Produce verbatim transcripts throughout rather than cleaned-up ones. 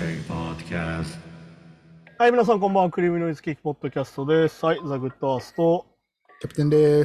Cake Podcast. はい、皆さんこんばんは。クリームノイズケーキポッドキャストです。はい、ザ・グッドアースト。 キャプテンです。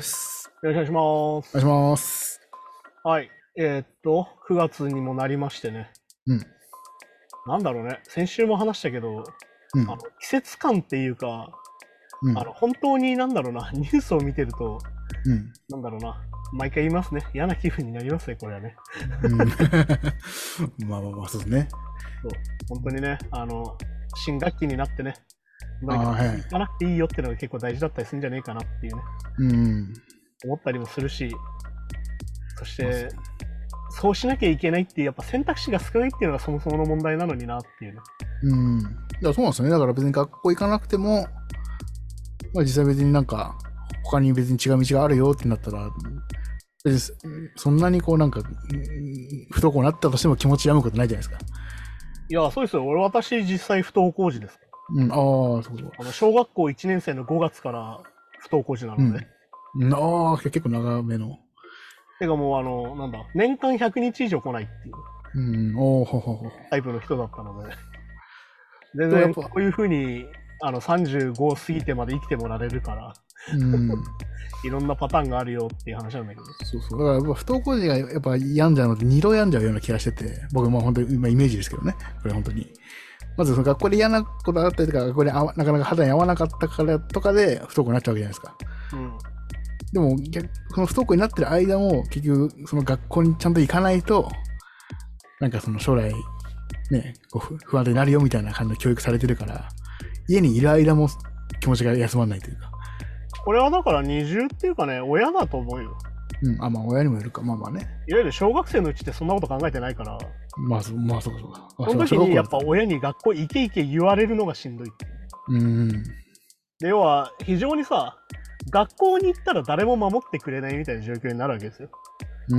よろしくお願いします。 お願いします。 はい、えー、っと、くがつにもなりましてね。 うん。 なんだろうね、先週も話したけど、 うん、 あの季節感っていうか、 うん、 あの本当になんだろうな、ニュースを見てると、 うん、 なんだろうな、毎回言いますね。嫌な気分になりますね、これはね。 うん、まあまあまあ、そうですね。 そう、本当にね、あの、新学期になってね、なんかあはい行かなくていいよっていうのが結構大事だったりするんじゃねえかなっていうね、 うん。 思ったりもするし、そしまあて、そうしなきゃいけないっていう、やっぱ選択肢が少ないっていうのがそもそもの問題なのになっていうね。 うん。だからそうなんですよね。だから別に学校行かなくても、まあ実際別になんか、他に別に違う道があるよってなったら、別にそんなにこうなんか、不登校になったとしても気持ち病むことないじゃないですか。 いや、そうですよ。俺、私、実際不登校児です。 うん、ああ、そうそう。 あの小学校いちねん生のごがつから不登校児なので。 うん、ああ、結構長めの。 てかもう、あの、なんだ、年間ひゃくにち以上来ないっていううん、おおほほほ。 タイプの人だったので。全然、こういうふうに、あの、さんじゅうご過ぎてまで生きてもられるから、 うん、 いろんなパターンがあるよっていう話なんだけど。 そうそう。だからやっぱ不登校児がやっぱ病んじゃうのって二度病んじゃうような気がしてて、僕も本当に今イメージですけどね。これ本当に。まずその学校で嫌なことがあったりとか、学校であわなかなか肌に合わなかったからとかで不登校になっちゃうわけじゃないですか。 うん。 でも逆、その不登校になってる間も結局その学校にちゃんと行かないと、なんかその将来ね、こう不安定になるよみたいな感じの教育されてるから、家にいる間も気持ちが休まらないというか。 これはだから二重っていうかね、親だと思うよ。 うん、あ、まあ親にもよるか、まあまあね。 いわゆる小学生のうちってそんなこと考えてないから、 まあ、そまあそうかそうか。 その時にやっぱ親に学校行け行け言われるのがしんどいっていう。 うん。 で、要は非常にさ、学校に行ったら誰も守ってくれないみたいな状況になるわけですよ。 うん。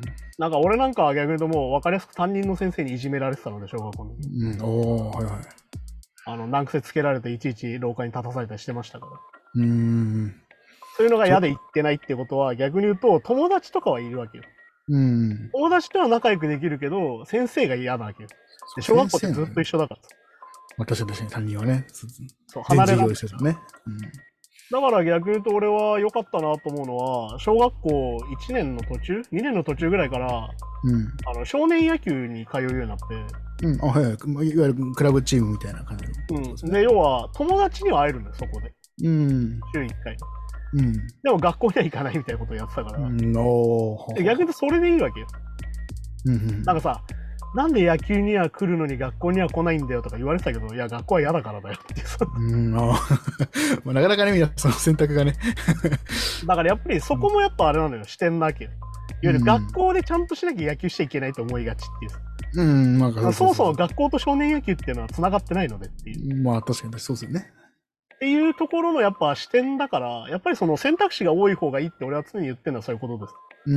なんか俺なんかは逆に言うともう分かりやすく担任の先生にいじめられてたので、小学校の時。 うん、おー、はいはい。 あの、難癖つけられていちいち廊下に立たされたりしてましたから。 うーん。 そういうのが嫌で行ってないってことは逆に言うと友達とかはいるわけよ。 うん。 友達とは仲良くできるけど、先生が嫌なわけよ。で小学校ってずっと一緒だからさ。 まあ確かに確かに担任はね。 そう、離れない。 ですよね。うん。 だから逆に言うと俺は良かったなと思うのは、小学校いちねんの途中 ?に 年の途中ぐらいから、 うん。 あの少年野球に通うようになって。 うん。あ、はいはい。いわゆるクラブチームみたいな感じの。 うん。で、要は友達には会えるんだよ、そこで。 うん。 週いっかい。 うん。 でも学校には行かないみたいなことをやってたから。 うん、おー。 逆に言うとそれでいいわけよ。 うん、うん。 なんかさ、なんで野球には来るのに学校には来ないんだよとか言われてたけど、いや、学校は嫌だからだよって。 うん、あまあなかなかね、皆その選択がね。 だからやっぱりそこもやっぱあれなのよ、視点なわけよ。いわゆる学校でちゃんとしなきゃ野球しちゃいけないと思いがちっていう。 うん、まあ、 そもそも学校と少年野球っていうのは繋がってないのでっていう。 まあ確かにそうですよね。 っていうところのやっぱ視点だから、やっぱりその選択肢が多い方がいいって俺は常に言ってるのはそういうことです。 うん。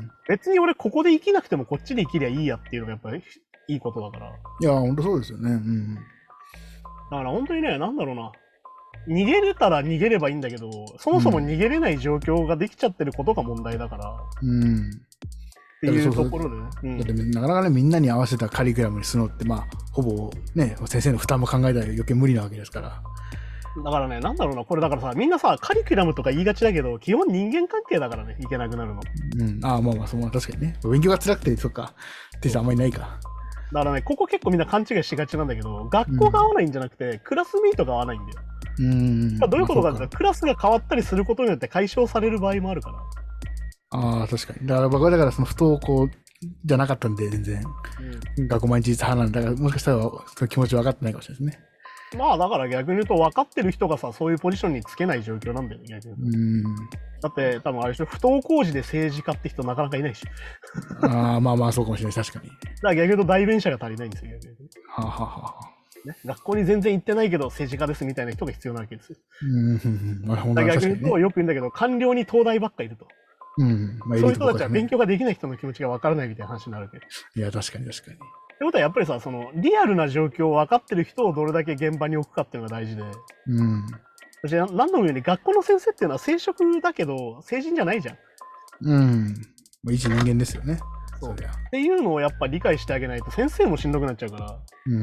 別に俺ここで生きなくてもこっちで生きりゃいいやっていうのがやっぱりいいことだから。 いや、ほんとそうですよね。うん。 だから本当にね、なんだろうな。逃げれたら逃げればいいんだけど、そもそも逃げれない状況ができちゃってることが問題だから。 うん。 っていうところでね。うん、 だってなかなかね、みんなに合わせたカリキュラムにするのって、まあ、ほぼね、先生の負担も考えたら余計無理なわけですから。 だからね、なんだろうな、これだからさ、みんなさ、カリキュラムとか言いがちだけど、基本人間関係だからね、いけなくなるの。 うん。ああ、まあまあ、そう、まあ確かにね。勉強が辛くて、そっか。って人あんまりないか。 だからね、ここ結構みんな勘違いしがちなんだけど、学校が合わないんじゃなくて、うん、クラスメイトが合わないんだよ。 うん。 どういうことかって言ったら、クラスが変わったりすることによって解消される場合もあるから。 ああ、確かに。だから僕はだからその不登校じゃなかったんで、全然。うん、学校毎日派なんだから、もしかしたらその気持ち分かってないかもしれないですね。 まあだから逆に言うと分かってる人がさ、そういうポジションにつけない状況なんだよね、逆に言うと。うんだって多分あれでしょ、不登校児で政治家って人なかなかいないし。 ああ、まあまあそうかもしれない、確かに。だから逆に言うと代弁者が足りないんですよ、逆に言うと。 はあ、はあはあね、学校に全然行ってないけど政治家ですみたいな人が必要なわけですよ。 うん、なるほど。 逆に言うとよく言うんだけど、官僚に東大ばっかいると。 うんまあ、 そういう人たちは勉強ができない人の気持ちが分からないみたいな話になるわけ。 いや、確かに確かに。 ってことはやっぱりさ、そのリアルな状況を分かってる人をどれだけ現場に置くかっていうのが大事で。 うん。 そして何度も言うように学校の先生っていうのは聖職だけど成人じゃないじゃん。 うん。まあ、一人間ですよね。 そうっていうのをやっぱ理解してあげないと先生もしんどくなっちゃうから。 うん。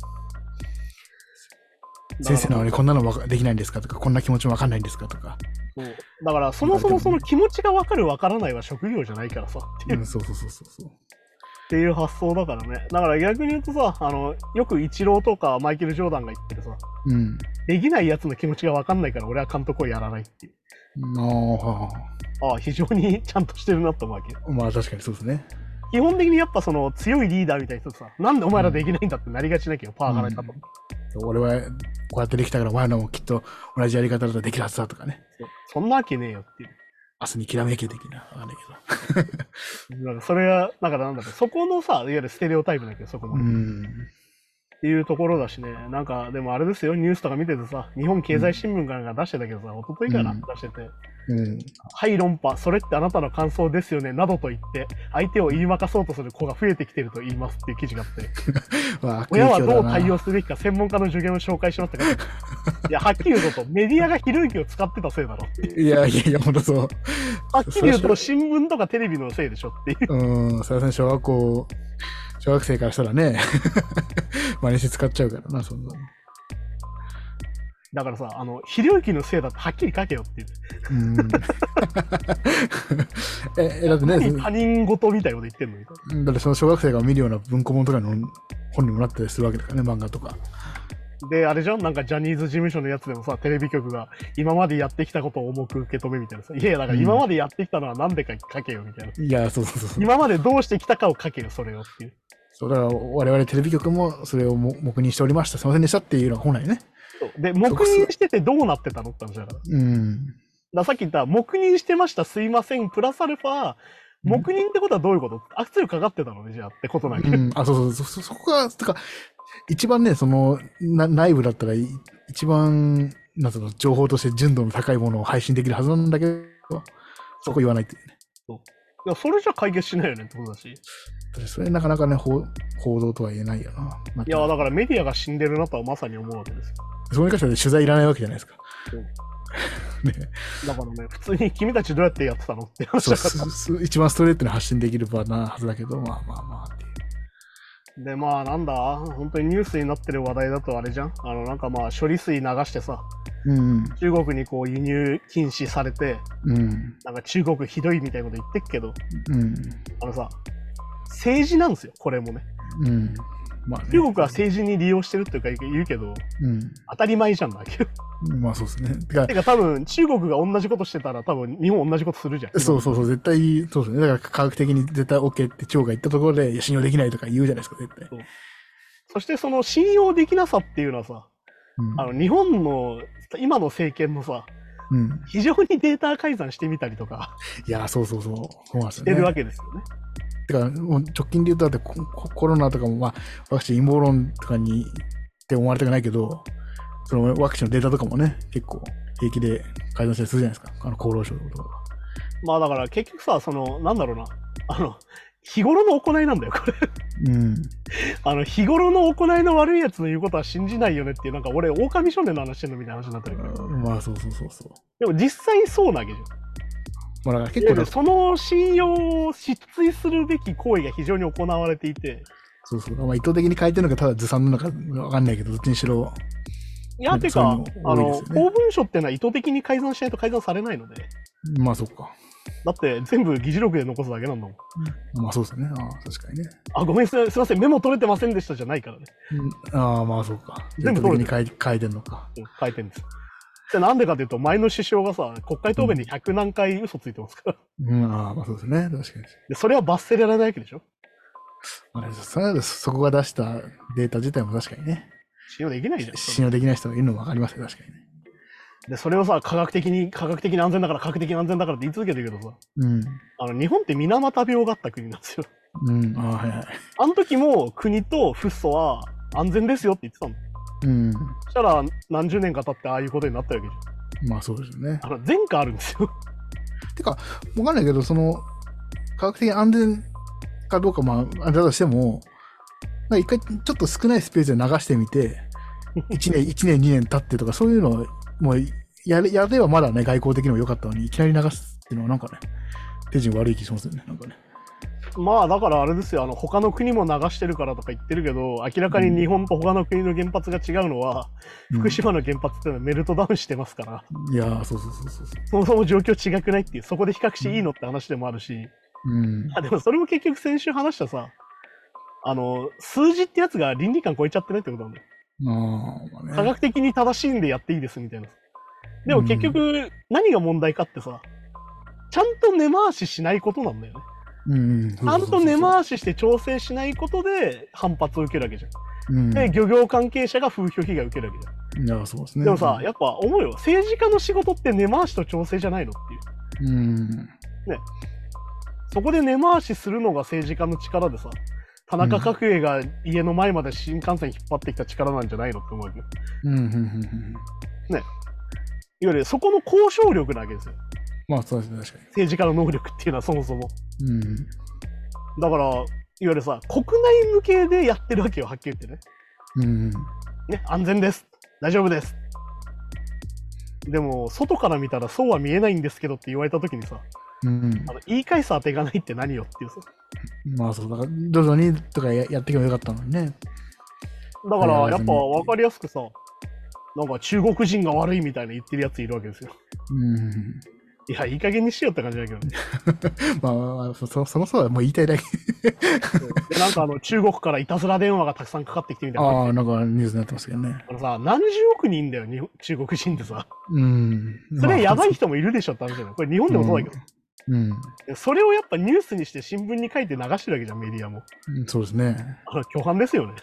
先生なのにこんなのできないんですかとか、こんな気持ちわかんないんですかとか。 そうだからそもそもその気持ちがわかるわからないは職業じゃないからさっていう、うん、 そうそうそうそうそうっていう発想だからね。だから逆に言うとさ、あのよくイチローとかマイケル・ジョーダンが言ってるさ、うん、できないやつの気持ちがわかんないから俺は監督をやらないっていう。ああ、非常にちゃんとしてるなと思うわけ。 まあ確かにそうですね。 基本的にやっぱその強いリーダーみたいな人さ、なんでお前らできないんだってなりがちなきゃ、パワーがないかと。 うん、俺はこうやってできたからお前らもきっと同じやり方だとできるはずだとかね。 そ, そんなわけねえよっていう。 明日にきらめけ的な、わかんないけど。それが、だからなんだろう、そこのさ、いわゆるステレオタイプだけど、そこも。うんっていうところだしね、なんかでもあれですよ、ニュースとか見ててさ、日本経済新聞が出してたけどさ、一昨日かな、うん、出してて、うん、はい論破、それってあなたの感想ですよね、などと言って、相手を言いまかそうとする子が増えてきてると言いますっていう記事があって、親はどう対応すべきか専門家の助言を紹介しましたから、いや、はっきり言うと、メディアがひろゆきを使ってたせいだろっていう。 いやいやいや、ほんとそう。 はっきり言うと、新聞とかテレビのせいでしょっていう。 うん、それは小学校、小学生からしたらね、真似して使っちゃうからな、そんなの。 だからさ、あの、ひろゆきのせいだってはっきり書けよっていう。うんえ、だってね、他人事みたいなこと言ってんのみたいな。 だってその小学生が見るような文庫本とかの本にもなったりするわけだからね、漫画とか。 で、あれじゃん、なんかジャニーズ事務所のやつでもさ、テレビ局が今までやってきたことを重く受け止めみたいなさ、いやいや、だから今までやってきたのはなんでか書けよみたいな。 うん、いや、そうそうそう。 今までどうしてきたかを書けよ、それをっていう。 そうだから我々テレビ局もそれを黙認しておりました、すみませんでしたっていうのが本来ね。 そうで、黙認しててどうなってたのって話だから。うん。ださっき言った黙認してました、すいません、プラスアルファ、黙認ってことはどういうこと、うん、圧力かかってたのね、じゃあってことなんだけど。うん、 あ、そうそうそう、そこが、とか、一番ね、そのな内部だったら一番なんその情報として純度の高いものを配信できるはずなんだけど、そこ言わないっていうね。 そういやそれじゃ解決しないよねってことだし。 それなかなかね報道とは言えないよな。 いやだからメディアが死んでるなとはまさに思うわけですよ。 そこに関しては取材いらないわけじゃないですか。そうね、だからね、普通に君たちどうやってやってたのって話だから。 一番ストレートに発信できる場なはずだけど、まあまあまあっていう。 で、まあなんだ、本当にニュースになってる話題だとあれじゃん。あのなんかまあ処理水流してさ、うん、中国にこう輸入禁止されて、うん、なんか中国ひどいみたいなこと言ってっけど、うん、あのさ、政治なんですよ、これもね。うんまあね、中国は政治に利用してるっていうか言うけど、うん、当たり前じゃんだけど。 まあそうですね。 てか、てか多分中国が同じことしてたら多分日本同じことするじゃん。 そうそうそう、絶対、そうですね。だから科学的に絶対 OK って中国が言ったところで信用できないとか言うじゃないですか、絶対。 そうそしてその信用できなさっていうのはさ、うん、あの日本の今の政権のさ、うん、非常にデータ改ざんしてみたりとか。 いや、そうそうそう。そうなんですよね。 してるわけですよね。 てか、もう直近で言うと、だってコ、コロナとかも、まあ、ワクチン陰謀論とかにって思われたくないけど、そのワクチンのデータとかもね、結構平気で改ざんしたりするじゃないですか、あの厚労省とか。 まあだから結局さ、その、なんだろうな、あの、日頃の行いなんだよ、これ。うん。あの、日頃の行いの悪いやつの言うことは信じないよねっていう、なんか俺、狼少年の話してんのみたいな話になってるから。 まあ、そうそうそうそう。 でも実際そうなわけじゃん。まあ、だから結構その信用を失墜するべき行為が非常に行われていて、 そうそう、まあ、意図的に変えてるのかただずさんなのかわかんないけど、どっちにしろいやてか、ね、あの公文書ってのは意図的に改ざんしないと改ざんされないので、 まあそっか、 だって全部議事録で残すだけなんだもん。 まあそうですね、ああ確かにね、 あごめんすみませんメモ取れてませんでしたじゃないからね、 うん、ああまあそうか、全部取れてる、書いてんのか、 うん、書いてんです。でなんでかというと、前の首相がさ、国会答弁でひゃく何回嘘ついてますから。 うん、ああ、まあそうですね、確かに。 で、それは罰せられないわけでしょ。 まあ、それはそこが出したデータ自体も確かにね。 信用できないじゃん。 信用できない人がいるのもわかりますよ、確かにね。 で、それをさ、科学的に、科学的に安全だから、科学的に安全だからって言い続けてるけどさ、うん、あの日本って水俣病があった国なんですよ。うん、あはいはい。あの時も国とフッ素は安全ですよって言ってたの。うん、そしたら何十年か経ってああいうことになったわけじゃん。まあそうですよね。 あの前科あるんですよ。 てか、わかんないけど、その、科学的に安全かどうか、まあ、安全だとしても、一回ちょっと少ないスペースで流してみて、いちねん、いちねん、にねん経ってとか、そういうのを、もうやれ、やればまだね、外交的にも良かったのに、いきなり流すっていうのはなんかね、手順悪い気しますよね、なんかね。 まあだからあれですよ、あの他の国も流してるからとか言ってるけど、明らかに日本と他の国の原発が違うのは、うん、福島の原発っていうのはメルトダウンしてますから、 いやー、そうそうそうそう、 そもそも状況違くないっていう、そこで比較していいのって話でもあるし、うん、あでもそれも結局先週話したさ、あの数字ってやつが倫理観超えちゃってないってことなんだよ。あ、まあね、科学的に正しいんでやっていいですみたいな。でも結局何が問題かってさ、ちゃんと根回ししないことなんだよね。うん、ちゃんと根回しして調整しないことで反発を受けるわけじゃん。うん、で漁業関係者が風評被害を受けるわけじゃん。いや、そうですね。でもさ、やっぱ思うよ、政治家の仕事って根回しと調整じゃないのっていう。うん、ね。そこで根回しするのが政治家の力でさ、田中角栄が家の前まで新幹線引っ張ってきた力なんじゃないのって思うわけど。うんうんうんうん。ね。いわゆるそこの交渉力なわけですよ。 まあそうですね、確かに。 政治家の能力っていうのはそもそも。うん。だから、いわゆるさ、国内向けでやってるわけよ、はっきり言ってね。うん。ね、安全です。大丈夫です。でも、外から見たらそうは見えないんですけどって言われたときにさ、うん、あの言い返す当てがないって何よっていうさ。 まあそうだから徐々にとか や, やっていけばよかったのにね。 だからやっぱ分かりやすくさ、なんか中国人が悪いみたいな言ってるやついるわけですよ。うん。いや、いい加減にしようって感じだけどね。 まあまあ、そそそのそうはもう言いたいだけ。 でなんかあの中国からいたずら電話がたくさんかかってきてみたいな。 ああ、なんかニュースになってますけどね。 あのさ、何十億人だよ、中国人ってさ。うん。それはやばい人もいるでしょって話だよ。これ日本でもそうだけど。うん、それをやっぱニュースにして新聞に書いて流してるわけじゃん、メディアも。 うん、そうですね。 あの巨漢ですよね。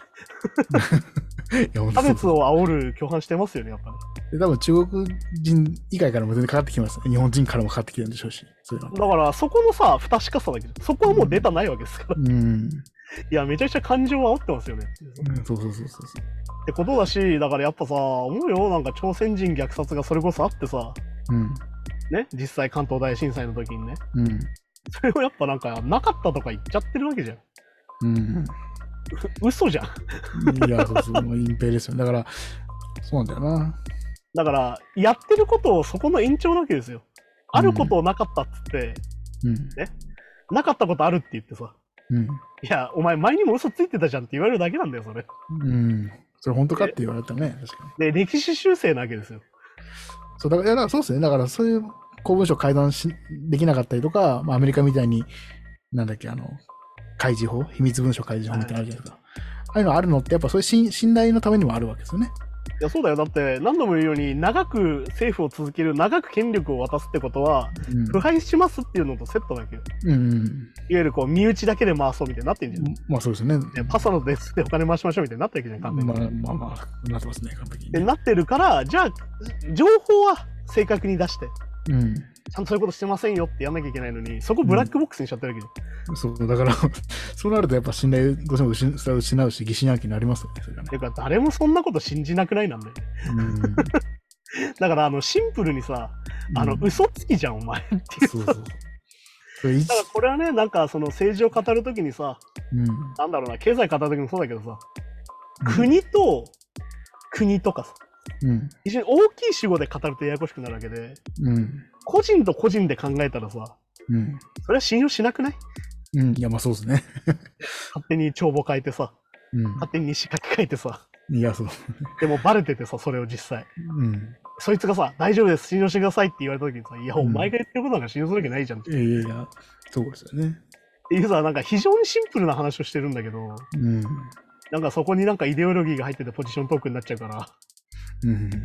差別を煽る巨漢してますよね、やっぱね。多分中国人以外からも全然かかってきます。日本人からもかかってきてるんでしょうし。そういうのだからそこのさ、不確かさだけど、そこはもうデータないわけですから。うん、いや、めちゃくちゃ感情を煽ってますよね。 うん、そうそうそうそう。 ってことだし、だからやっぱさ、思うよ、なんか朝鮮人虐殺がそれこそあってさ、うんね、実際関東大震災の時にね、うん、それをやっぱなんかなかったとか言っちゃってるわけじゃん。うん、嘘じゃん。 いや、そうそう、もう隠蔽ですよ。だから、そうなんだよな。 だから、やってることをそこの延長なわけですよ。あることをなかったっつって、うん、ね、なかったことあるって言ってさ、うん、いや、お前前にも嘘ついてたじゃんって言われるだけなんだよ、それ。 うん、それ本当かって言われたね、確かに。で、歴史修正なわけですよ。 そうだから、いやそうですね。だから、そういう公文書改ざんしできなかったりとか、まあ、アメリカみたいに、なんだっけ、あの、開示法、秘密文書開示法みたいなのあるじゃないですか。はい、ああいうのあるのって、やっぱそういう信信頼のためにもあるわけですよね。 いや、そうだよ。だって、何度も言うように、長く政府を続ける、長く権力を渡すってことは、うん、腐敗しますっていうのとセットだけど。うんうん、いわゆる、こう、身内だけで回そうみたいになってんじゃん。 まあ、そうですね。 パサのデスでお金回しましょうみたいになってるわけじゃん、完璧に。まあまあまあ、なってますね、完璧に。 で、なってるから、じゃあ、情報は正確に出して。うん、ちゃんとそういうことしてませんよってやんなきゃいけないのに、そこブラックボックスにしちゃってるわけじゃん。 うん、そう、だから、そうなるとやっぱ信頼どうしても失う失うし、疑心暗鬼になりますよね、それがね。 てか、誰もそんなこと信じなくないなんだよね。うん、だから、あの、シンプルにさ、あの、うん、嘘つきじゃん、お前っていう。そうそう。だからこれはね、なんかその政治を語るときにさ、うん、なんだろうな、経済語るときもそうだけどさ、うん、国と国とかさ、うん、非常に大きい主語で語るとややこしくなるわけで、うん、個人と個人で考えたらさ、うん、それは信用しなくない？ うん、いや、まあそうですね。 勝手に帳簿変えてさ、うん、勝手に日誌書き換えてさ、 いや、そう。 でもバレててさ、それを実際。うん、そいつがさ、大丈夫です、信用してくださいって言われた時にさ、いや、お前が言ってることなんか信用するわけないじゃんって。 いやいやいや、そうですよね。 っていうさ、なんか非常にシンプルな話をしてるんだけど、うん、なんかそこになんかイデオロギーが入っててポジショントークになっちゃうから、うん、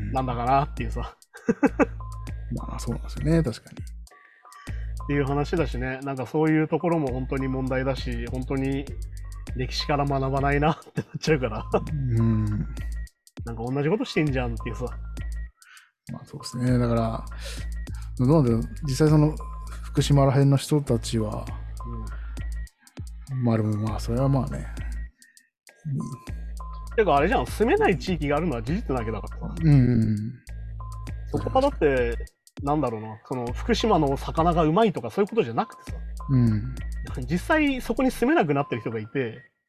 なんだかなっていうさ。 まあそうなんですよね、確かに。 っていう話だしね、なんかそういうところも本当に問題だし、本当に歴史から学ばないなってなっちゃうから、うん、なんか同じことしてんじゃんっていうさ。 まあそうですね、だから、どうなんだろう、実際その福島ら辺の人たちは、うん、まあでもまあそれはまあね。 てかあれじゃん、住めない地域があるのは事実なわけだからさ。うんうん、そこはだって、なんだろうな、その福島の魚がうまいとかそういうことじゃなくてさ、うん、実際そこに住めなくなってる人がいて、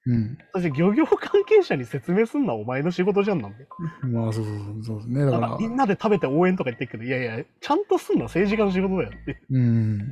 うん。 そして漁業関係者に説明すんのはお前の仕事じゃんなんで。 まあ、そうそうそうですね。だだか、 かららみんなで食べて応援とか言ってるけど、いやいや、ちゃんとすんのは政治家の仕事だよって。 うん。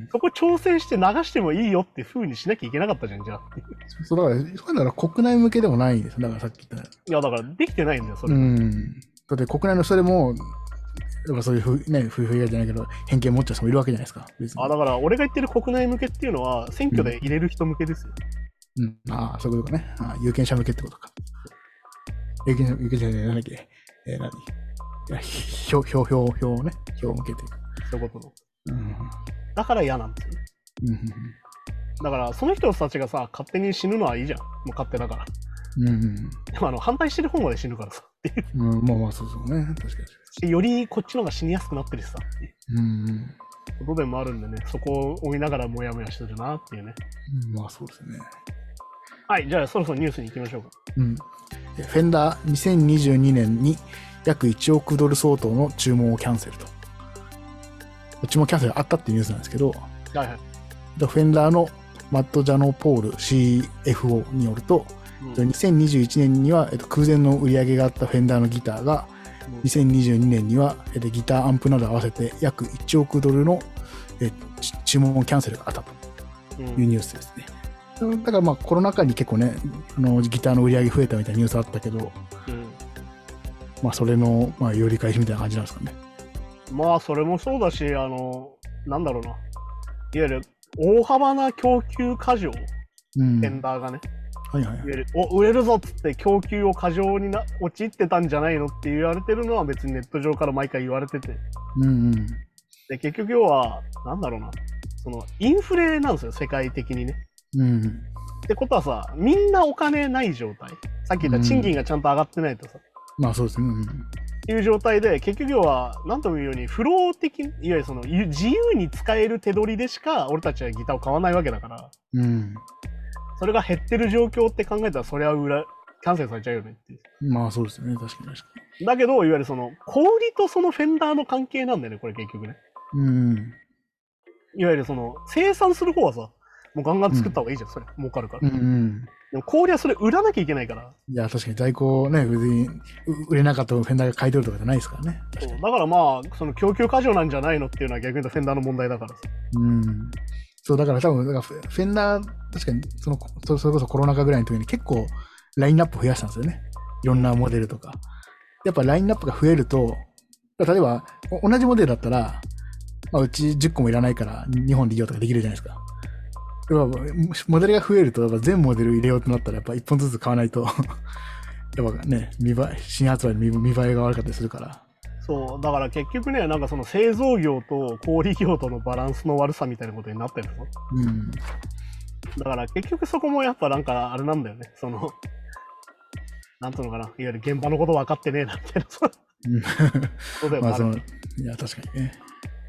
そこ挑戦して流してもいいよって風にしなきゃいけなかったじゃん、じゃあ。 そう、だから、そういうのは国内向けでもないんです。だからさっき言った。 いや、だからできてないんだよ、それ。 うん。だって国内の人でも、だからそういうふ、ね、夫婦以外じゃないけど、偏見持っちゃう人もいるわけじゃないですか。別に。 あ、だから俺が言ってる国内向けっていうのは、選挙で入れる人向けですよ。 うん。ああ、そういうことかね。ああ有権者向けってことか。有権者、有権者じゃない、なんだっけ。えー、何いや、票、票、票、票をね。票向けていく。 そういうことの。 うん。 だから嫌なんですよね。 うん。 だから、その人たちがさ、勝手に死ぬのはいいじゃん。もう勝手だから。 うん。 でもあの、反対してる方まで死ぬからさ。っていう。 うん、まあまあ、そうそうね。確かに。 よりこっちの方が死にやすくなってるしさ。っていううん。 ことでもあるんでね、そこを追いながらモヤモヤしてるなっていうね。 うん、まあそうですね。 はい、じゃあそろそろニュースに行きましょうか。 うん。フェンダーにせんにじゅうにねんに約いちおくドル相当の注文をキャンセルと。注文キャンセルあったっていうニュースなんですけど、 はいはい。 フェンダーのマット・ジャノポール シーエフオー によると、うん、にせんにじゅういちねんには、えっと、空前の売り上げがあったフェンダーのギターが、うん、にせんにじゅうにねんには、えっと、ギターアンプなど合わせて約いちおくドルの、えっと、注文キャンセルがあったというニュースですね。うん、だからまあコロナ禍に結構ね、あのギターの売り上げ増えたみたいなニュースあったけど、うん、まあそれの、まあ、より返しみたいな感じなんですかね。 まあそれもそうだし、あの、なんだろうな。いわゆる大幅な供給過剰、うん、フェンダーがね。 はいはいはい、 いわゆるお売れるぞっつって供給を過剰にな陥ってたんじゃないのって言われてるのは別にネット上から毎回言われてて。 うんうん、 で結局要は、なんだろうな。そのインフレなんですよ、世界的にね。 うん、 ってことはさ、みんなお金ない状態。さっき言った賃金がちゃんと上がってないとさ。 うん、まあそうですね。うん、 っていう状態で、結局要は、なんとも言うように、フロー的、いわゆるその自由に使える手取りでしか、俺たちはギターを買わないわけだから、 うん、 それが減ってる状況って考えたら、それは裏、キャンセルされちゃうよねっていう。 まあそうですね、確かに確かに。だけど、いわゆるその、小売りとそのフェンダーの関係なんだよね、これ結局ね。 うん。 いわゆるその、生産する方はさ、もうガンガン作った方がいいじゃん、うん、それ。儲かるから。 うんうん、 でも氷はそれ売らなきゃいけないから。 いや、確かに在庫ね、別に売れなかったフェンダーが買い取るとかじゃないですからね。 そうだからまあ、その供給過剰なんじゃないのっていうのは逆に言うとフェンダーの問題だからさ。 うん。そうだから多分、だからフェンダー、確かにその、それこそコロナ禍ぐらいの時に結構ラインナップ増やしたんですよね。いろんなモデルとか。やっぱラインナップが増えると、例えば同じモデルだったら、まあ、うちじゅっこもいらないからにほんでいいよとかできるじゃないですか。モデルが増えると、やっぱ全モデル入れようとなったら、やっぱいっぽんずつ買わないと、やっぱね、見栄え、新発売の見栄えが悪かったりするから。 そう、だから結局ね、なんかその製造業と小売業とのバランスの悪さみたいなことになってるの。うん。だから結局そこもやっぱなんかあれなんだよね。その、なんていうのかな、いわゆる現場のこと分かってねえなみたいな。うん。そうだよ、まあその、いや、確かにね。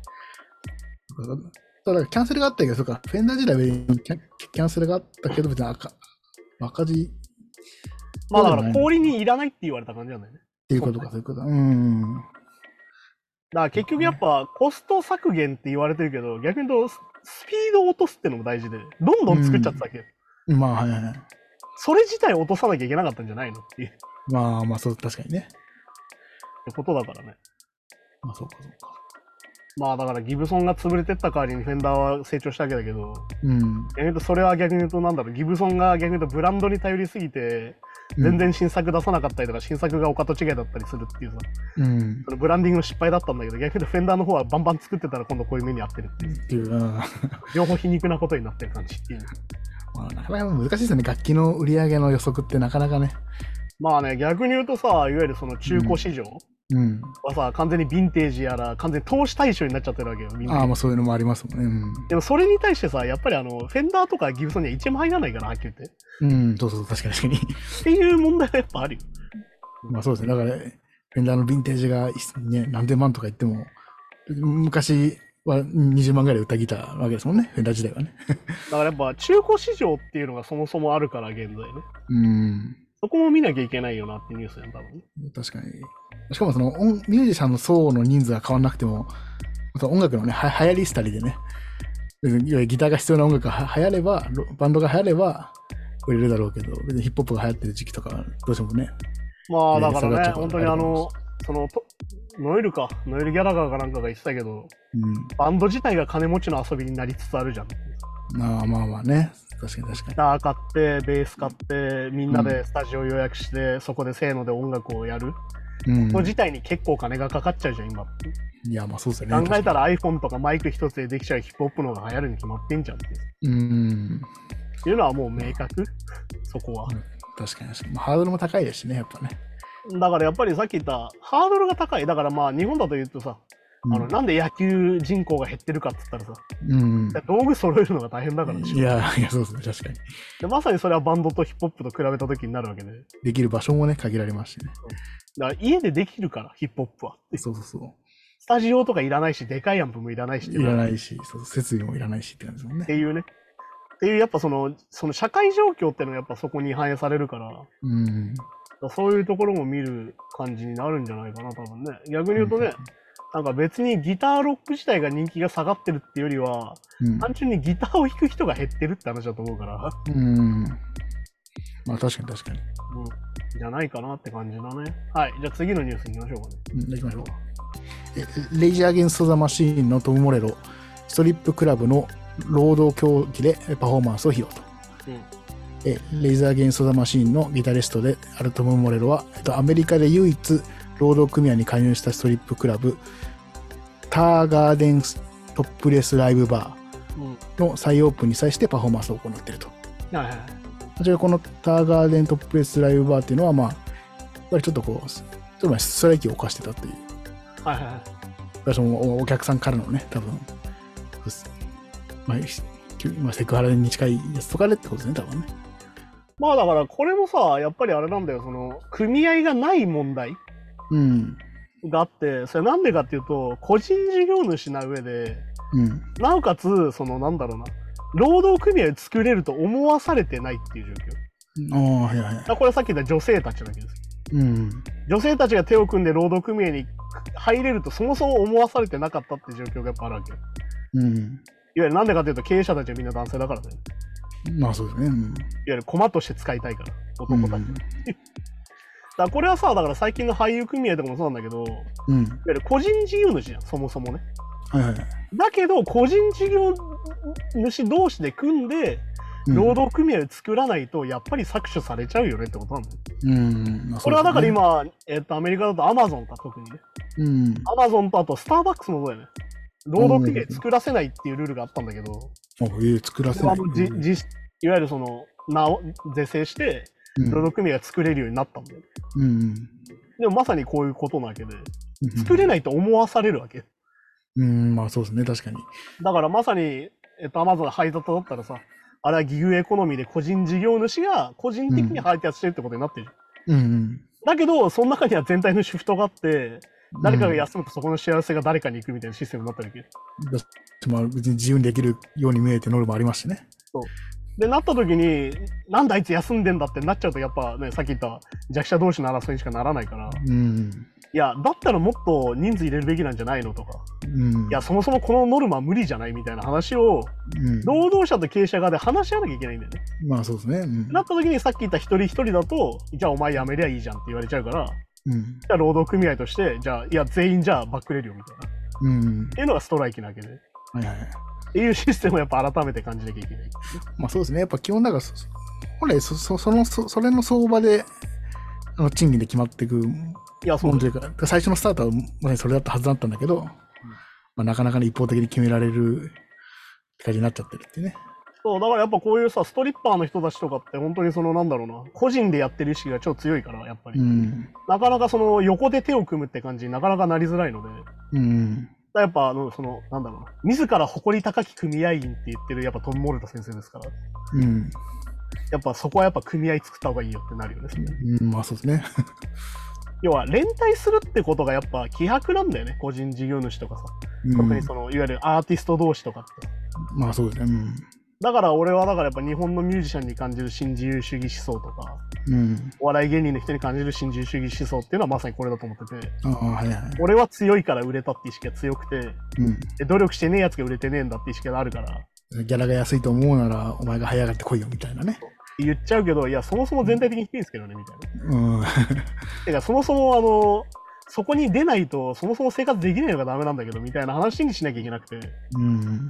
だからキャンセルがあったけど、そうか、フェンダー時代はキャ、キャンセルがあったけど、別に赤、赤字。 まあだから氷にいらないって言われた感じなんだよね。 っていうことか、そういうことだ。うん。 だから結局やっぱコスト削減って言われてるけど、逆に言うとスピードを落とすってのも大事で、どんどん作っちゃってたわけど、 うん。まあ、はいはいはい。 それ自体を落とさなきゃいけなかったんじゃないのっていう。 まあまあ、そう、確かにね。 ってことだからね。 まあ、そうかそうか。 まあだからギブソンが潰れてった代わりにフェンダーは成長したわけだけど、 うん、 逆に言うとそれは逆に言うとなんだろう、ギブソンが逆に言うとブランドに頼りすぎて、全然新作出さなかったりとか、うん、新作がお門違いだったりするっていうさ、うん、そのブランディングの失敗だったんだけど、逆に言うとフェンダーの方はバンバン作ってたら今度こういう目に遭ってるっていう、っていう、両方皮肉なことになってる感じっていう。 まあ、なかなか難しいですよね、楽器の売り上げの予測ってなかなかね。 まあね、逆に言うとさ、いわゆるその中古市場、うん、はさ、完全にヴィンテージやら完全に投資対象になっちゃってるわけよ。 ああ、まあそういうのもありますもんね。うん、 でもそれに対してさ、やっぱりあのフェンダーとかギブソンにはいちえんも入らないから、はっきり言って。 うん、そうそう、確かに確かに。 っていう問題はやっぱあるよ。 まあそうですね。だから、ね、フェンダーのヴィンテージが、ね、何千万とか言っても、昔はにじゅうまんぐらい売ったギターなわけですもんね、フェンダー時代はね。 だからやっぱ中古市場っていうのがそもそもあるから、現在ね。 うん。 そこも見なきゃいけないよなっていうニュースやん、多分。 確かに。しかもその音ミュージシャンの層の人数が変わんなくても、音楽のね、は流行りしたりでね、別にギターが必要な音楽が流行れば、バンドが流行れば、 売れるだろうけど、別にヒップホップが流行ってる時期とか、どうしてもね。 まあだからね、 ね本当にあの、そのと、ノエルか、ノエル・ギャラガーかなんかが言ってたけど、 うん、 バンド自体が金持ちの遊びになりつつあるじゃん。 まあまあまあね、確かに確かに。 ギター買って、ベース買って、みんなでスタジオ予約して、うん、そこでせーので音楽をやる。うん、その自体に結構金がかかっちゃうじゃん、今。 いや、まあそうですよね。 考えたら iPhone とかマイク一つでできちゃうヒップホップの方が流行るに決まってんじゃんっていう。うん。っていうのはもう明確、そこは。うん、 確かに確かに。ハードルも高いですしね、やっぱね。 だからやっぱりさっき言ったハードルが高い。だからまあ日本だと言うとさ、うん、あのなんで野球人口が減ってるかって言ったらさ、うん、道具揃えるのが大変だからでしょ。 いや、いやそうですね、確かにで。まさにそれはバンドとヒップホップと比べた時になるわけで。 できる場所もね、限られますしね。 だから家でできるから、ヒップホップは。 そうそうそう。 スタジオとかいらないし、でかいアンプもいらないし。 いらないし、そう設備もいらないしって感じですもんね。 っていうね。っていうやっぱその、その社会状況っていうのがやっぱそこに反映されるから、うん、そういうところも見る感じになるんじゃないかな、多分ね。逆に言うとね、うん、なんか別にギターロック自体が人気が下がってるっていうよりは、うん、単純にギターを弾く人が減ってるって話だと思うから。うん。 まあ確かに確かに。 うん。じゃないかなって感じだね。はい。じゃあ次のニュース行きましょうかね。 うん、行きましょう。レイジー・アゲンスト・ザ・マシーンのトム・モレロ、ストリップクラブの労働競技でパフォーマンスを披露と。うん、えレイジー・アゲンスト・ザ・マシーンのギタリストであるトム・モレロは、えっと、アメリカで唯一労働組合に加入したストリップクラブ、ターガーデントップレスライブバーの再オープンに際してパフォーマンスを行っていると。はいはいはい、このターガーデントップレスライブバーっていうのは、まあ、やっぱりちょっとこう、ちょっとストライキを犯してたっていう。はいはいはい。私もお客さんからのね、多分、まあ、セクハラに近いやつとかでってことですね、多分ね。 まあだからこれもさ、やっぱりあれなんだよ、その、組合がない問題があって、うん、それなんでかっていうと、個人事業主な上で、うん、なおかつ、そのなんだろうな、労働組合を作れると思わされてないっていう状況。ああ、はいはい。これさっき言った女性たちだけです。うん、女性たちが手を組んで労働組合に入れるとそもそも思わされてなかったっていう状況がやっぱあるわけよ。うん、いわゆるなんでかというと経営者たちはみんな男性だからね。 まあそうですね。うん、いわゆる駒として使いたいから、男たち。うん、だからこれはさ、だから最近の俳優組合とかもそうなんだけど、うん、いわゆる個人事業主じゃん、そもそもね。はいはい、だけど個人事業主同士で組んで、労働組合を作らないとやっぱり搾取されちゃうよねってことなんだよ。うんまあ、これはだから今、えっと、アメリカだとアマゾンか特にね。うん、アマゾンとあとスターバックスもそうだよね。労働組合作らせないっていうルールがあったんだけど、 あえー、作らせない、 じじいわゆるその名を是正して労働組合が作れるようになったんだよ、うん、でもまさにこういうことなわけで、うん、作れないと思わされるわけ。 うんまあそうですね、確かに。 だからまさに、えっと、アマゾンの配達だったらさ、あれはギグエコノミーで個人事業主が個人的に配達してるってことになってる、うんうん、だけどその中には全体のシフトがあって誰かが休むとそこの幸せが誰かに行くみたいなシステムになってるわけ。 まあ別に自由にできるように見えてノルマありますしね。 そうでなった時になんだあいつ休んでんだってなっちゃうとやっぱね、さっき言った弱者同士の争いにしかならないから、うん、いやだったらもっと人数入れるべきなんじゃないのとか、うん、いやそもそもこのノルマ無理じゃないみたいな話を、うん、労働者と経営者側で話し合わなきゃいけないんだよね。 まあそうですね、うん、 なった時にさっき言った一人一人だとじゃあお前辞めりゃいいじゃんって言われちゃうから、うん、じゃあ労働組合としてじゃあいや全員じゃあバックレるよみたいな、うん、っていうのがストライキなわけで、はいはい、っていうシステムをやっぱ改めて感じなきゃいけない。 まあそうですね、やっぱ基本だから本来そそその そ, それの相場であの賃金で決まっていくいやそうというか、最初のスタートはまさにそれだったはずだったんだけど、うんまあ、なかなか、ね、一方的に決められる感じになっちゃってるっていうね。 そうだからやっぱこういうさストリッパーの人たちとかって本当にそのなんだろうな個人でやってる意識が超強いからやっぱり、うん、なかなかその横で手を組むって感じになかなかなりづらいので、うん、だやっぱあのそのなんだろうな自ら誇り高き組合員って言ってるやっぱトム・モレロ先生ですから、うん、やっぱそこはやっぱ組合作った方がいいよってなるよね。 うん、まあそうですね。 要は連帯するってことがやっぱ希薄なんだよね、個人事業主とかさ、うん、特にそのいわゆるアーティスト同士とかって。 まあそうですね、うん、だから俺はだからやっぱ日本のミュージシャンに感じる新自由主義思想とか、うん、お笑い芸人の人に感じる新自由主義思想っていうのはまさにこれだと思ってて、あ、はいはい、俺は強いから売れたって意識が強くて、うん、で努力してねえやつが売れてねえんだって意識があるから、 ギャラが安いと思うならお前が這い上がってこいよみたいなね。 言っちゃうけど、いや、そもそも全体的に低いんですけどね、みたいな。 うん。 てか、そもそも、あの、そこに出ないと、そもそも生活できないのがダメなんだけど、みたいな話にしなきゃいけなくて。 うん。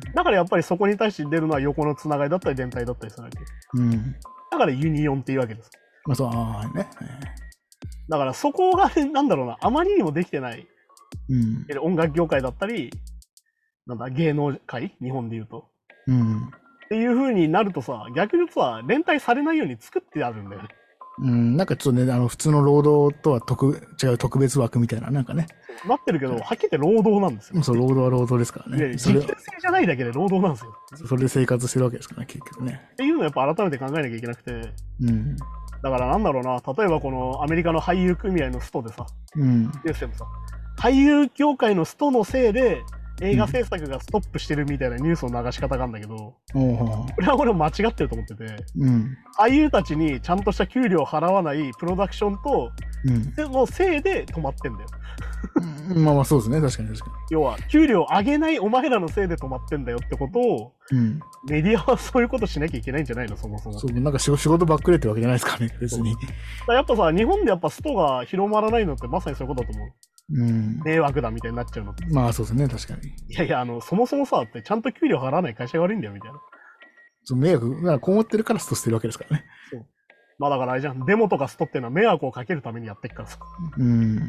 だからやっぱりそこに対して出るのは横のつながりだったり、連帯だったりするわけ。 うん。 だからユニオンっていうわけです。 まあそう、ああね。 だからそこが、なんだろうな、あまりにもできてない、 うん。 音楽業界だったり、なんだ、芸能界日本で言うと。 うん。 っていう風になるとさ、逆に言うとさ、連帯されないように作ってあるんだよね。 うん、なんかちょっとね、あの、普通の労働とは特違う特別枠みたいな、なんかね。 なってるけど、はっきり言って労働なんですよ。 そう、労働は労働ですからね。 時給制じゃないだけで労働なんですよ。 それで生活してるわけですからね、結局ね。 っていうのをやっぱ改めて考えなきゃいけなくて。 うん。 だからなんだろうな、例えばこのアメリカの俳優組合のストでさ、 うん。 でもさ、俳優業界のストのせいで映画制作がストップしてるみたいなニュースの流し方があるんだけど、うん、これはこれ間違ってると思ってて、うん、俳優たちにちゃんとした給料を払わないプロダクションと、うん、のせいで止まってんだよ。 まあまあそうですね、確かに確かに。 要は、給料を上げないお前らのせいで止まってんだよってことを、うん、メディアはそういうことしなきゃいけないんじゃないの、そもそも。 そう、なんか仕事ばっくれってわけじゃないですかね、別に。 やっぱさ、日本でやっぱストが広まらないのってまさにそういうことだと思う。うん、迷惑だみたいになっちゃうのって。 まあそうですね、確かに。 いやいや、あの、そもそもさ、ってちゃんと給料払わない会社が悪いんだよ、みたいな。 そう、迷惑、だからこう思ってるからストしてるわけですからね。 そう。まあだからあれじゃん、デモとかストっていうのは迷惑をかけるためにやってっからさ。うん。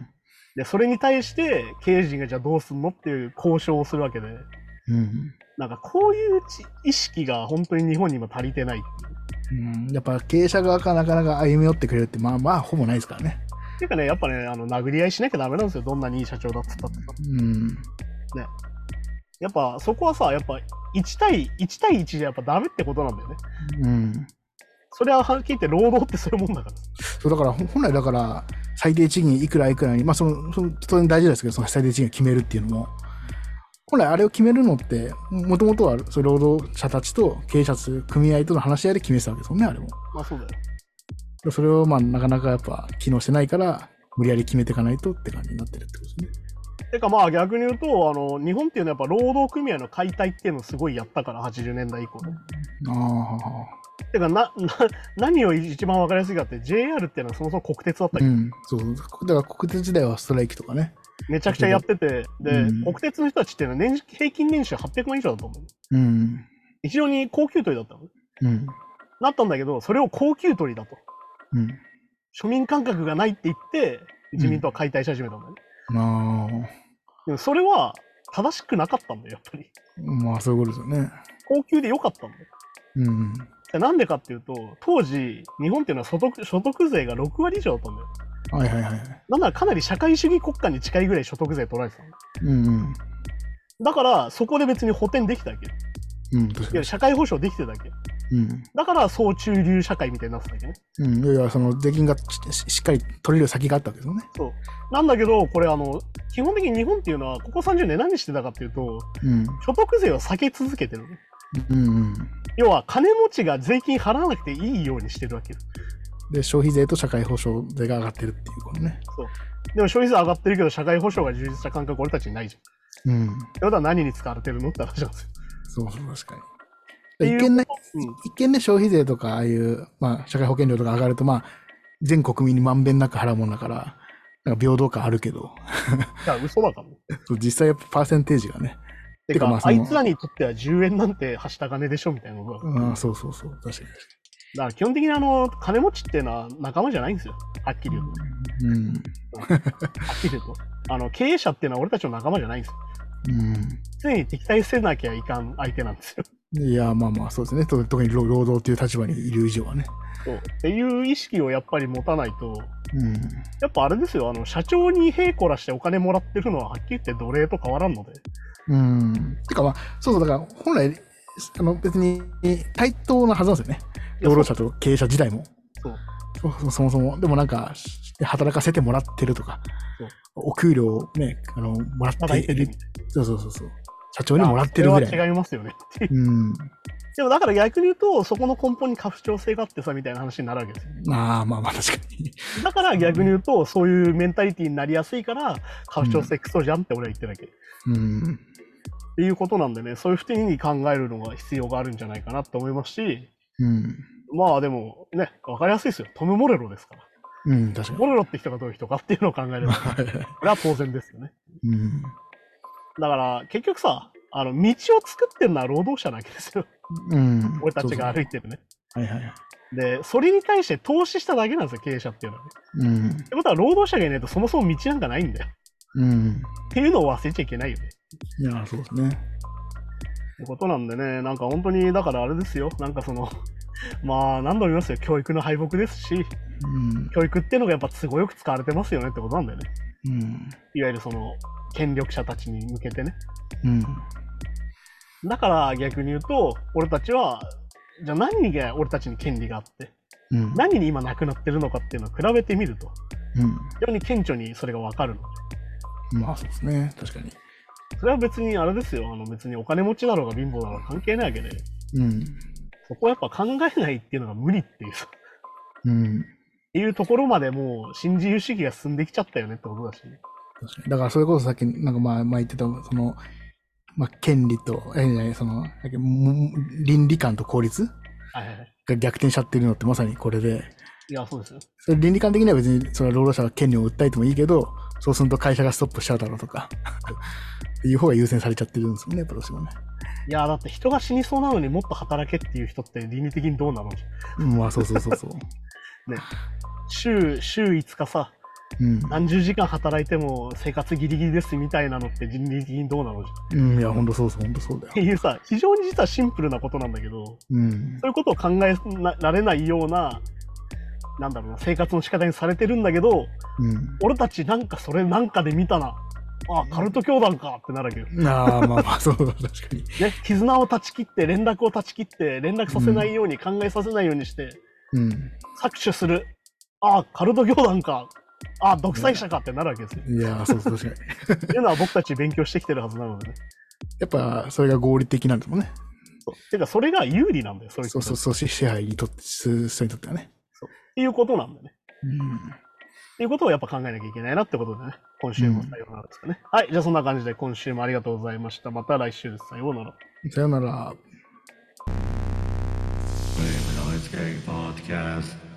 で、それに対して経営陣がじゃあどうすんのっていう交渉をするわけで。うん。なんかこういう意識が本当に日本に今足りてないっていう。 うん。やっぱ経営者側からなかなか歩み寄ってくれるって、まあまあほぼないですからね。 ていうかね、やっぱね、あの、殴り合いしなきゃダメなんですよ。どんなにいい社長だっつったってさ。うん。ね。やっぱ、そこはさ、やっぱ、いち対いち対いちじゃやっぱダメってことなんだよね。うん。それははっきり言って労働ってそういうもんだから。 そう、だから、本来だから、最低賃金いくらいくらに、まあその、その当然大事ですけど、その最低賃金を決めるっていうのも、本来あれを決めるのって、もともとは、その労働者たちと経営者と組合との話し合いで決めてたわけですもんね、あれも。 まあそうだよ。 それをまあなかなかやっぱ機能してないから無理やり決めていかないとって感じになってるってことですね。 てかまあ逆に言うとあの日本っていうのはやっぱ労働組合の解体っていうのをすごいやったからはちじゅうねんだい以降で。ああ。てかなな何を一番わかりやすいかって ジェイアール っていうのはそもそも国鉄だったけど、うん、 そうだから国鉄時代はストライキとかねめちゃくちゃやっててで、うん、国鉄の人たちっていうのは年平均年収はっぴゃくまん以上だと思う。うん、非常に高級取りだったの。うん、なったんだけどそれを高級取りだと。うん、庶民感覚がないって言って自民党は解体し始めたんだよね。うん、あでもそれは正しくなかったんだよやっぱり。 まあそういうことですよね。 高級で良かったんだよ。うん、なんでかっていうと当時日本っていうのは所得所得税がろくわり以上だったんだよ。はいはいはい。なんならかなり社会主義国家に近いぐらい所得税取られてたの。うんうん、だからそこで別に補填できたわけ。うん、いや社会保障できてただけ。うん、だから総中流社会みたいになってたわけね。 うん、いやその税金がしっかり取れる先があったわけですよね。 そうなんだけどこれあの基本的に日本っていうのはここさんじゅうねん何してたかっていうと、うん、所得税を避け続けてるのね。うんうん、要は金持ちが税金払わなくていいようにしてるわけで消費税と社会保障税が上がってるっていうことね。 そうでも消費税上がってるけど社会保障が充実した感覚俺たちにないじゃん。うん、ってことは何に使われてるのって話なんですよ。 そうそう確かに。一見ね、うん、一見ね、消費税とか、ああいう、まあ、社会保険料とか上がると、まあ、全国民にまんべんなく払うもんだから、なんか平等感あるけど。 いや、嘘だからね。 実際やっぱパーセンテージがね。 てか、てかまあ、あいつらにとってはじゅうえんなんてはした金でしょみたいなのが。 ああ、そうそうそう。確かに確かに。 だから基本的にあの、金持ちっていうのは仲間じゃないんですよ。はっきり言うと。うん。はっきり言うと。あの、経営者っていうのは俺たちの仲間じゃないんですよ。うん。常に敵対せなきゃいかん相手なんですよ。 いやまあまあそうですね。特に労働っていう立場にいる以上はね。 そうっていう意識をやっぱり持たないと、うん、やっぱあれですよ、あの社長にへいこらしてお金もらってるのははっきり言って奴隷と変わらんので。 うん。てかまあそうそうだから本来あの別に対等なはずなんですよね。労働者と経営者自体も。そうそ, そもそもでもなんか働かせてもらってるとか、お給料をねあのもらっている。そうそうそうそう。社長にもらってるぐらい。 それは違いますよね。うん。でもだから逆に言うと、そこの根本に過不調性があってさみたいな話になるわけですよ。 ああ、まあまあ確かに。 だから逆に言うと、そういうメンタリティになりやすいから、過不調性クソじゃんって俺は言ってるわけ。うん。っていうことなんでね、そういうふうに考えるのが必要があるんじゃないかなと思いますし、うん。 まあでもね、わかりやすいですよ。トム・モレロですから。 うん、確かに。 モレロって人がどういう人かっていうのを考えれば、これは当然ですよね。 うん。 だから結局さ、あの道を作ってるのは労働者なわけですよ。 うん。 俺たちが歩いてるね。 はいはいはい。 で、それに対して投資しただけなんですよ、経営者っていうのはね。 うん。 ってことは、労働者がいないとそもそも道なんかないんだよ。 うん。 っていうのを忘れちゃいけないよね。 いや、そうですね。 ってことなんでね、なんか本当に、だからあれですよ、なんかその、まあ、何度も言いますよ、教育の敗北ですし、 うん。 教育っていうのがやっぱ都合よく使われてますよねってことなんだよね。 うん。 いわゆるその、権力者たちに向けてね。 うん。 だから逆に言うと、俺たちは、じゃあ何が俺たちに権利があって、 うん。 何に今なくなってるのかっていうのを比べてみると、 うん。 非常に顕著にそれがわかるので。 まあそうですね。確かに。 それは別にあれですよ、あの別にお金持ちだろうが貧乏だろうが関係ないわけで、 うん。 そこはやっぱ考えないっていうのが無理っていうさ、 うん。 っていうところまでもう新自由主義が進んできちゃったよねってことだし、ね。 確かに。だからそれこそさっき、なんかまあ、まあ言ってた、その、まあ、権利と、えー、じゃない、その、倫理観と効率はいはいはい。 が逆転しちゃってるのってまさにこれで、 いや、そうですよ。 それ倫理観的には別にそれは労働者が権利を訴えてもいいけど、そうすると会社がストップしちゃうだろうとかっていう方が優先されちゃってるんですもんね、どうしてもね。 いや、だって人が死にそうなのにもっと働けっていう人って倫理的にどうなの？ うん、まあそうそうそうそう。 ね。週、週いつかさ、 うん。 何十時間働いても生活ギリギリですみたいなのって倫理的にどうなの？っうん、いや、ほんとそうそう、ほんとそうだよ。 ていうさ、非常に実はシンプルなことなんだけど、 うん。 そういうことを考えられないような、なんだろうな、生活の仕方にされてるんだけど、 うん。 俺たちなんかそれなんかで見たな。ああ、カルト教団かってなるわけよ。 ああ、まあまあ、そうだ、確かに。 ね、絆を断ち切って、連絡を断ち切って、連絡させないように、考えさせないようにして、 うん。 搾取する。ああ、カルト教団か。ああ、独裁者かってなるわけですよ。 いや、そうそう、確かに。 っていうのは僕たち勉強してきてるはずなのでね。 やっぱ、それが合理的なんですもんね。 そうてか、それが有利なんだよ、それそうそうそう、支配にとって、人にとってはね。 そうっていうことなんだよね。 うん。 っていうことをやっぱ考えなきゃいけないなってことでね。今週もさようならですかね。うん、はい。じゃあそんな感じで今週もありがとうございました。また来週です。さようなら。 さようなら。 Noise Gang Podcast.